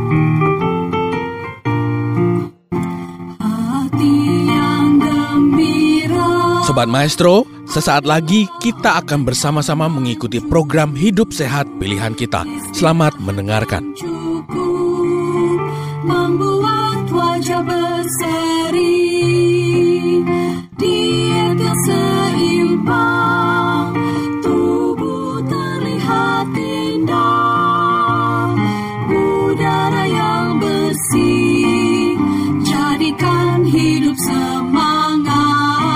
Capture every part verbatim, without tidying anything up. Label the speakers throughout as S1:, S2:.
S1: Sobat Maestro, sesaat lagi kita akan bersama-sama mengikuti program Hidup Sehat Pilihan Kita. Selamat mendengarkan.
S2: Cukup membuat wajah berseri, diet yang seimbang, tubuh terlihat indah, udara yang bersih, jadikan hidup semangat.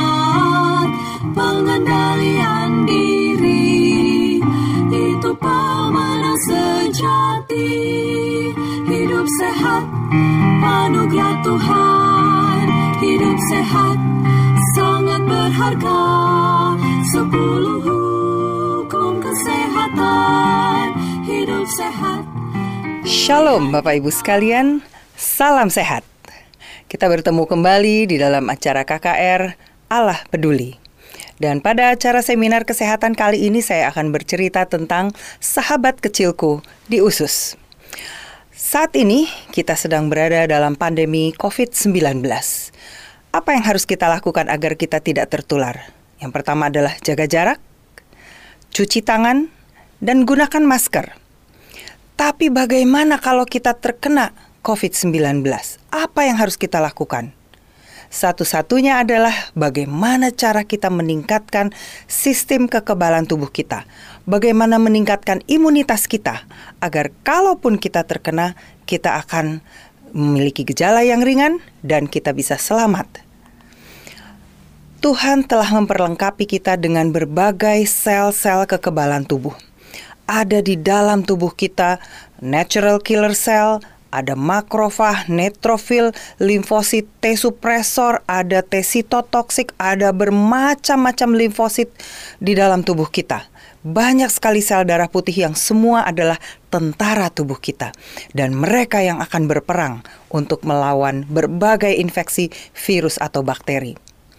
S2: Pengendalian diri itu pemenang sejati. Hidup sehat, anugerah Tuhan. Hidup sehat, sangat berharga. Sepuluh hukum kesehatan. Hidup sehat.
S3: Shalom Bapak Ibu sekalian, salam sehat. Kita bertemu kembali di dalam acara K K R Allah Peduli. Dan pada acara seminar kesehatan kali ini saya akan bercerita tentang sahabat kecilku di usus. Saat ini kita sedang berada dalam pandemi covid sembilan belas. Apa yang harus kita lakukan agar kita tidak tertular? Yang pertama adalah jaga jarak, cuci tangan, dan gunakan masker. Tapi bagaimana kalau kita terkena covid sembilan belas? Apa yang harus kita lakukan? Satu-satunya adalah bagaimana cara kita meningkatkan sistem kekebalan tubuh kita. Bagaimana meningkatkan imunitas kita agar kalaupun kita terkena, kita akan memiliki gejala yang ringan dan kita bisa selamat. Tuhan telah memperlengkapi kita dengan berbagai sel-sel kekebalan tubuh. Ada di dalam tubuh kita natural killer cell, ada makrofag, neutrofil, limfosit, T supresor, ada T sitotoksik, ada bermacam-macam limfosit di dalam tubuh kita. Banyak sekali sel darah putih yang semua adalah tentara tubuh kita. Dan mereka yang akan berperang untuk melawan berbagai infeksi virus atau bakteri.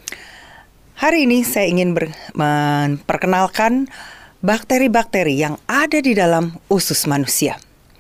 S3: Hari ini saya ingin ber- memperkenalkan bakteri-bakteri yang ada di dalam usus manusia.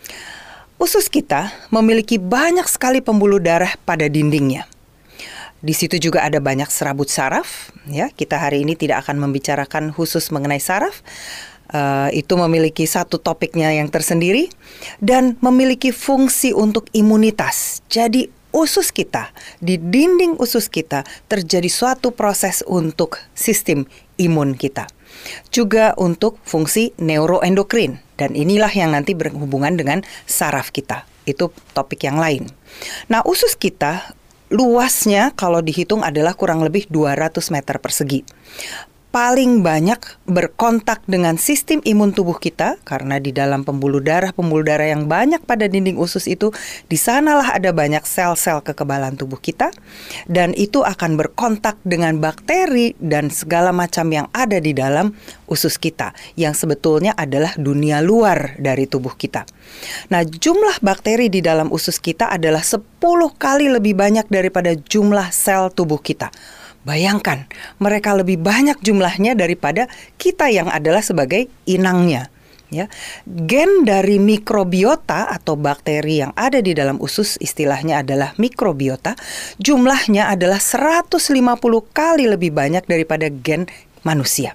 S3: Usus kita memiliki banyak sekali pembuluh darah pada dindingnya. Di situ juga ada banyak serabut saraf. Ya, kita hari ini tidak akan membicarakan khusus mengenai saraf. Uh, itu memiliki satu topiknya yang tersendiri dan memiliki fungsi untuk imunitas. Jadi usus kita, di dinding usus kita terjadi suatu proses untuk sistem imun kita. Juga untuk fungsi neuroendokrin. Dan inilah yang nanti berhubungan dengan saraf kita. Itu topik yang lain. Nah, usus kita luasnya kalau dihitung adalah kurang lebih dua ratus meter persegi. Paling banyak berkontak dengan sistem imun tubuh kita karena di dalam pembuluh darah-pembuluh darah yang banyak pada dinding usus itu, di sanalah ada banyak sel-sel kekebalan tubuh kita dan itu akan berkontak dengan bakteri dan segala macam yang ada di dalam usus kita yang sebetulnya adalah dunia luar dari tubuh kita. Nah, jumlah bakteri di dalam usus kita adalah sepuluh kali lebih banyak daripada jumlah sel tubuh kita. Bayangkan, mereka lebih banyak jumlahnya daripada kita yang adalah sebagai inangnya. Ya, gen dari mikrobiota atau bakteri yang ada di dalam usus istilahnya adalah mikrobiota, jumlahnya adalah seratus lima puluh kali lebih banyak daripada gen manusia.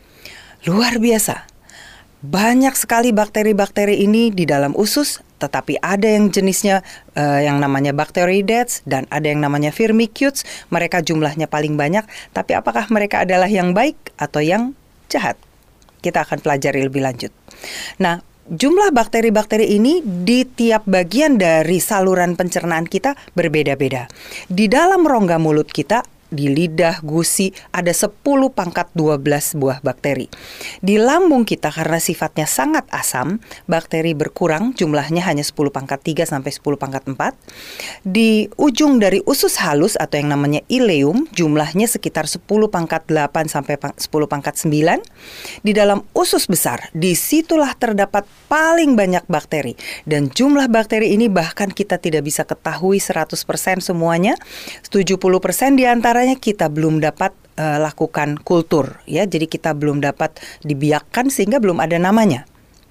S3: Luar biasa. Banyak sekali bakteri-bakteri ini di dalam usus, tetapi ada yang jenisnya uh, yang namanya Bacteroidetes dan ada yang namanya Firmicutes. Mereka jumlahnya paling banyak, tapi apakah mereka adalah yang baik atau yang jahat? Kita akan pelajari lebih lanjut. Nah, jumlah bakteri-bakteri ini di tiap bagian dari saluran pencernaan kita berbeda-beda. Di dalam rongga mulut kita, di lidah, gusi, ada sepuluh pangkat dua belas buah bakteri. Di lambung kita karena sifatnya sangat asam, bakteri berkurang, jumlahnya hanya sepuluh pangkat tiga sampai sepuluh pangkat empat. Di ujung dari usus halus atau yang namanya ileum, jumlahnya sekitar sepuluh pangkat delapan sampai sepuluh pangkat sembilan. Di dalam usus besar, disitulah terdapat paling banyak bakteri. Dan jumlah bakteri ini bahkan kita tidak bisa ketahui seratus persen semuanya. tujuh puluh persen di antara kita belum dapat uh, lakukan kultur, ya. Jadi kita belum dapat dibiakkan sehingga belum ada namanya.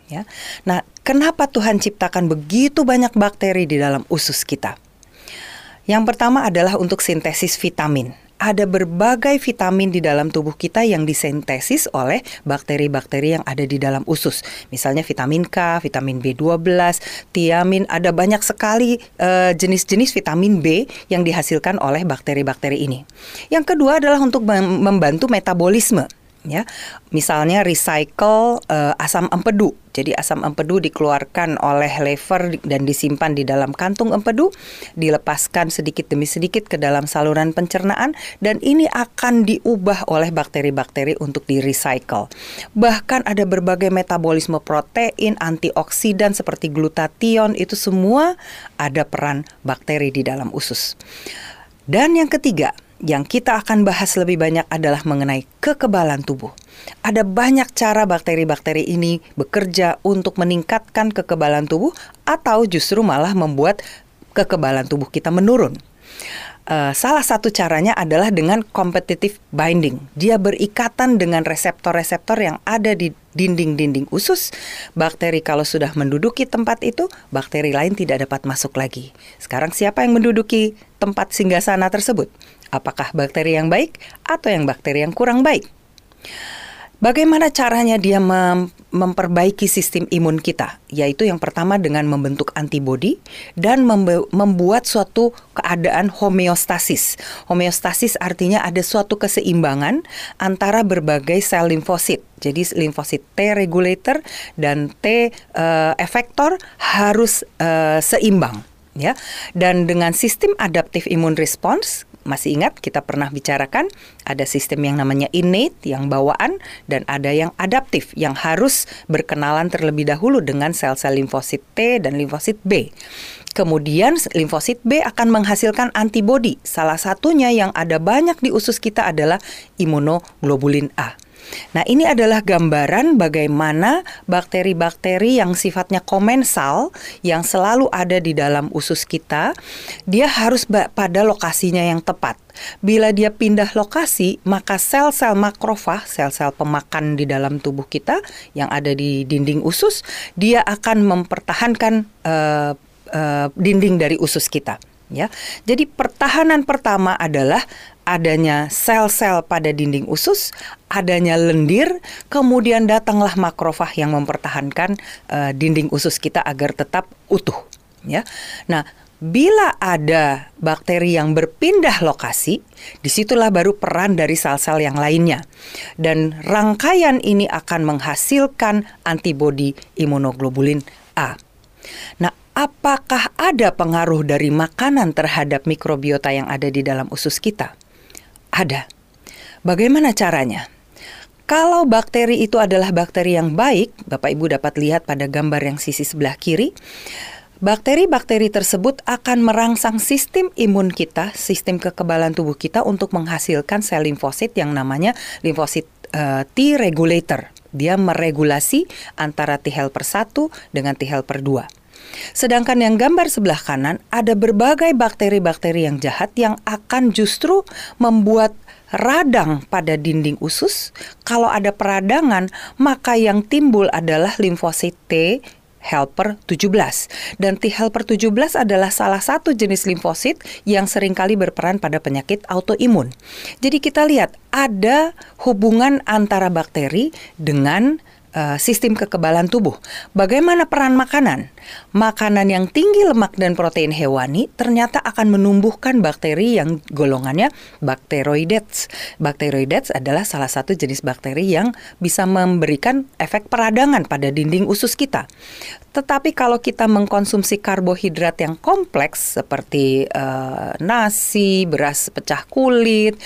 S3: Ya. Nah, kenapa Tuhan ciptakan begitu banyak bakteri di dalam usus kita? Yang pertama adalah untuk sintesis vitamin. Ada berbagai vitamin di dalam tubuh kita yang disintesis oleh bakteri-bakteri yang ada di dalam usus. Misalnya vitamin K, vitamin B dua belas, tiamin, ada banyak sekali uh, jenis-jenis vitamin B yang dihasilkan oleh bakteri-bakteri ini. Yang kedua adalah untuk mem- membantu metabolisme. Ya, misalnya recycle uh, asam empedu. Jadi asam empedu dikeluarkan oleh lever dan disimpan di dalam kantung empedu, dilepaskan sedikit demi sedikit ke dalam saluran pencernaan, dan ini akan diubah oleh bakteri-bakteri untuk di-recycle. Bahkan ada berbagai metabolisme protein, antioksidan seperti glutathione, itu semua ada peran bakteri di dalam usus. Dan yang ketiga, yang kita akan bahas lebih banyak adalah mengenai kekebalan tubuh. Ada banyak cara bakteri-bakteri ini bekerja untuk meningkatkan kekebalan tubuh atau justru malah membuat kekebalan tubuh kita menurun. Uh, salah satu caranya adalah dengan competitive binding. Dia berikatan dengan reseptor-reseptor yang ada di dinding-dinding usus. Bakteri kalau sudah menduduki tempat itu, bakteri lain tidak dapat masuk lagi. Sekarang siapa yang menduduki tempat singgasana tersebut? Apakah bakteri yang baik atau yang bakteri yang kurang baik? Bagaimana caranya dia mem- memperbaiki sistem imun kita? Yaitu yang pertama dengan membentuk antibodi dan membe- membuat suatu keadaan homeostasis. Homeostasis artinya ada suatu keseimbangan antara berbagai sel limfosit. Jadi limfosit T regulator dan T uh, effector harus uh, seimbang. Ya. Dan dengan sistem adaptive immune response, masih ingat kita pernah bicarakan ada sistem yang namanya innate yang bawaan dan ada yang adaptif yang harus berkenalan terlebih dahulu dengan sel-sel limfosit T dan limfosit B. Kemudian limfosit B akan menghasilkan antibodi. Salah satunya yang ada banyak di usus kita adalah imunoglobulin A. Nah, ini adalah gambaran bagaimana bakteri-bakteri yang sifatnya komensal yang selalu ada di dalam usus kita, dia harus pada lokasinya yang tepat. Bila dia pindah lokasi, maka sel-sel makrofag, sel-sel pemakan di dalam tubuh kita yang ada di dinding usus, dia akan mempertahankan uh, uh, dinding dari usus kita. Ya, jadi pertahanan pertama adalah adanya sel-sel pada dinding usus, adanya lendir, kemudian datanglah makrofag yang mempertahankan uh, dinding usus kita agar tetap utuh. Ya, nah bila ada bakteri yang berpindah lokasi, disitulah baru peran dari sel-sel yang lainnya, dan rangkaian ini akan menghasilkan antibodi imunoglobulin A. Nah, apakah ada pengaruh dari makanan terhadap mikrobiota yang ada di dalam usus kita? Ada. Bagaimana caranya? Kalau bakteri itu adalah bakteri yang baik, Bapak Ibu dapat lihat pada gambar yang sisi sebelah kiri, bakteri-bakteri tersebut akan merangsang sistem imun kita, sistem kekebalan tubuh kita untuk menghasilkan sel limfosit yang namanya limfosit uh, T regulator. Dia meregulasi antara T helper satu dengan T helper dua. Sedangkan yang gambar sebelah kanan ada berbagai bakteri-bakteri yang jahat yang akan justru membuat radang pada dinding usus. Kalau ada peradangan, maka yang timbul adalah limfosit T helper tujuh belas. Dan T helper tujuh belas adalah salah satu jenis limfosit yang seringkali berperan pada penyakit autoimun. Jadi kita lihat ada hubungan antara bakteri dengan Uh, sistem kekebalan tubuh. Bagaimana peran makanan? Makanan yang tinggi lemak dan protein hewani ternyata akan menumbuhkan bakteri yang golongannya Bacteroidetes. Bacteroidetes adalah salah satu jenis bakteri yang bisa memberikan efek peradangan pada dinding usus kita. Tetapi kalau kita mengkonsumsi karbohidrat yang kompleks seperti uh, nasi, beras pecah kulit,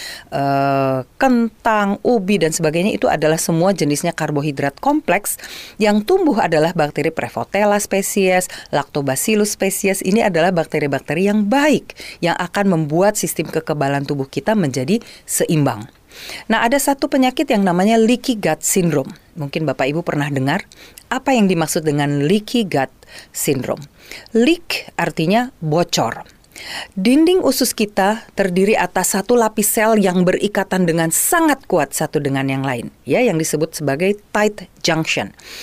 S3: uh, kentang, ubi dan sebagainya, itu adalah semua jenisnya karbohidrat kompleks. Yang tumbuh adalah bakteri Prevotella species, Lactobacillus species. Ini adalah bakteri-bakteri yang baik yang akan membuat sistem kekebalan tubuh kita menjadi seimbang. Nah, ada satu penyakit yang namanya leaky gut syndrome. Mungkin Bapak Ibu pernah dengar. Apa yang dimaksud dengan leaky gut syndrome? Leak artinya bocor. Dinding usus kita terdiri atas satu lapis sel yang berikatan dengan sangat kuat satu dengan yang lain, ya, yang disebut sebagai tight junction.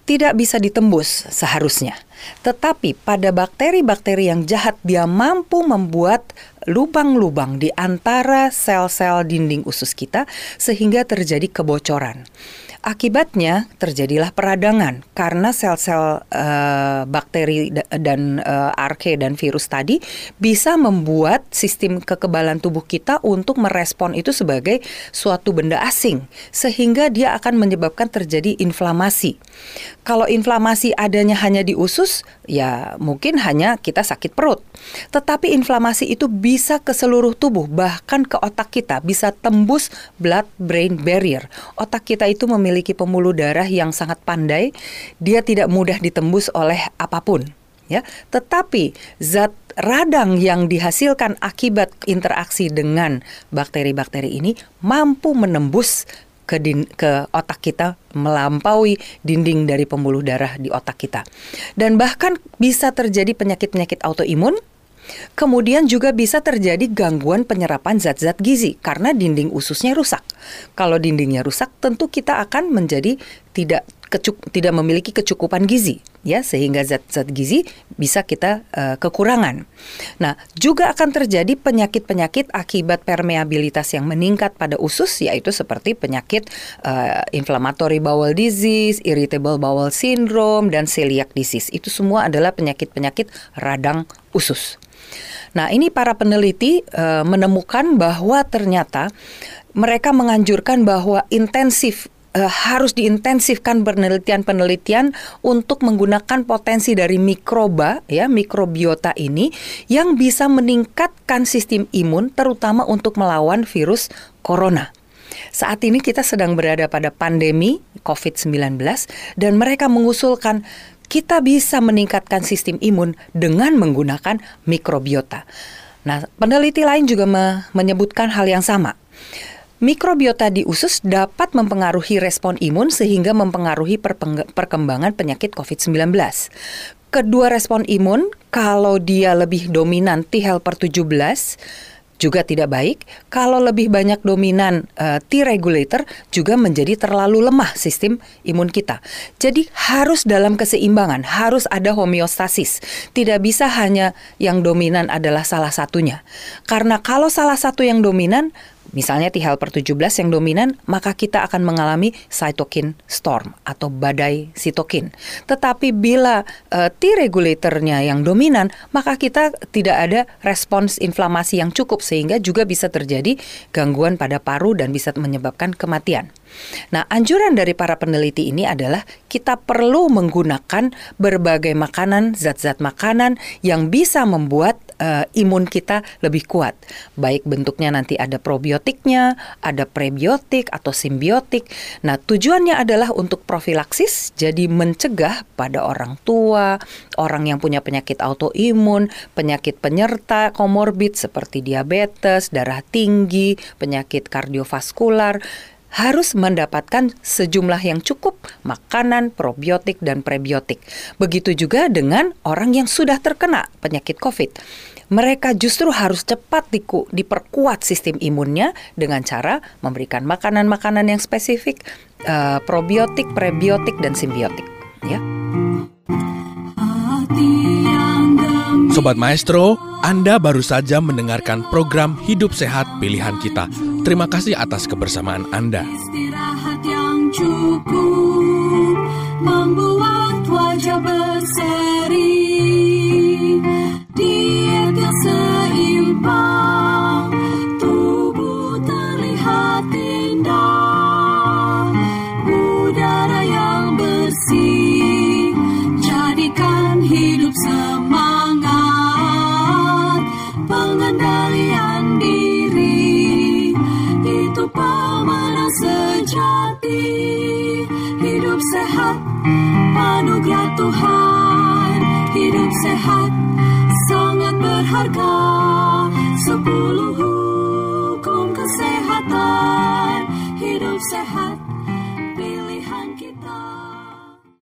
S3: tidak bisa ditembus seharusnya. Tetapi pada bakteri-bakteri yang jahat, dia mampu membuat lubang-lubang di antara sel-sel dinding usus kita sehingga terjadi kebocoran. Akibatnya terjadilah peradangan karena sel-sel uh, bakteri dan uh, arke dan virus tadi bisa membuat sistem kekebalan tubuh kita untuk merespon itu sebagai suatu benda asing sehingga dia akan menyebabkan terjadi inflamasi. Kalau inflamasi adanya hanya di usus, ya mungkin hanya kita sakit perut. Tetapi inflamasi itu bisa ke seluruh tubuh, bahkan ke otak kita, bisa tembus blood-brain barrier. Otak kita itu memiliki pembuluh darah yang sangat pandai, dia tidak mudah ditembus oleh apapun. Ya, tetapi zat radang yang dihasilkan akibat interaksi dengan bakteri-bakteri ini mampu menembus Ke, din, ke otak kita, melampaui dinding dari pembuluh darah di otak kita. Dan bahkan bisa terjadi penyakit-penyakit autoimun. Kemudian juga bisa terjadi gangguan penyerapan zat-zat gizi karena dinding ususnya rusak. Kalau dindingnya rusak, tentu kita akan menjadi tidak kecuk, tidak memiliki kecukupan gizi, ya, sehingga zat-zat gizi bisa kita uh, kekurangan. Nah, juga akan terjadi penyakit-penyakit akibat permeabilitas yang meningkat pada usus, yaitu seperti penyakit uh, inflammatory bowel disease, irritable bowel syndrome, dan celiac disease. Itu semua adalah penyakit-penyakit radang usus. Nah, ini para peneliti uh, menemukan bahwa ternyata mereka menganjurkan bahwa intensif uh, harus diintensifkan penelitian-penelitian untuk menggunakan potensi dari mikroba, ya, mikrobiota ini yang bisa meningkatkan sistem imun terutama untuk melawan virus corona. Saat ini kita sedang berada pada pandemi covid sembilan belas dan mereka mengusulkan kita bisa meningkatkan sistem imun dengan menggunakan mikrobiota. Nah, peneliti lain juga me- menyebutkan hal yang sama. Mikrobiota di usus dapat mempengaruhi respon imun sehingga mempengaruhi perpeng- perkembangan penyakit covid sembilan belas. Kedua respon imun, kalau dia lebih dominan T helper tujuh belas, juga tidak baik. Kalau lebih banyak dominan uh, T regulator juga menjadi terlalu lemah sistem imun kita. Jadi harus dalam keseimbangan, harus ada homeostasis. Tidak bisa hanya yang dominan adalah salah satunya. Karena kalau salah satu yang dominan, misalnya T helper tujuh belas yang dominan, maka kita akan mengalami cytokine storm atau badai sitokin. Tetapi bila uh, T regulatornya yang dominan, maka kita tidak ada respons inflamasi yang cukup sehingga juga bisa terjadi gangguan pada paru dan bisa menyebabkan kematian. Nah, anjuran dari para peneliti ini adalah kita perlu menggunakan berbagai makanan, zat-zat makanan yang bisa membuat uh, imun kita lebih kuat. Baik bentuknya nanti ada probiotiknya, ada prebiotik atau simbiotik. Nah, tujuannya adalah untuk profilaksis, jadi mencegah pada orang tua, orang yang punya penyakit autoimun, penyakit penyerta komorbid seperti diabetes, darah tinggi, penyakit kardiovaskular, harus mendapatkan sejumlah yang cukup makanan, probiotik, dan prebiotik. Begitu juga dengan orang yang sudah terkena penyakit COVID. Mereka justru harus cepat diku, diperkuat sistem imunnya dengan cara memberikan makanan-makanan yang spesifik, uh, probiotik, prebiotik, dan simbiotik. Ya.
S1: Sobat Maestro, Anda baru saja mendengarkan program Hidup Sehat Pilihan Kita. Terima kasih atas kebersamaan Anda.
S2: Istirahat yang cukup membuat wajah berseri, diet yang seimbang, tubuh terlihat indah, udara yang bersih, jadikan hidup semangat, pengendalian diri, itu pemenang sejati. Hidup sehat, anugerah Tuhan. Hidup sehat, sangat berharga. Sepuluh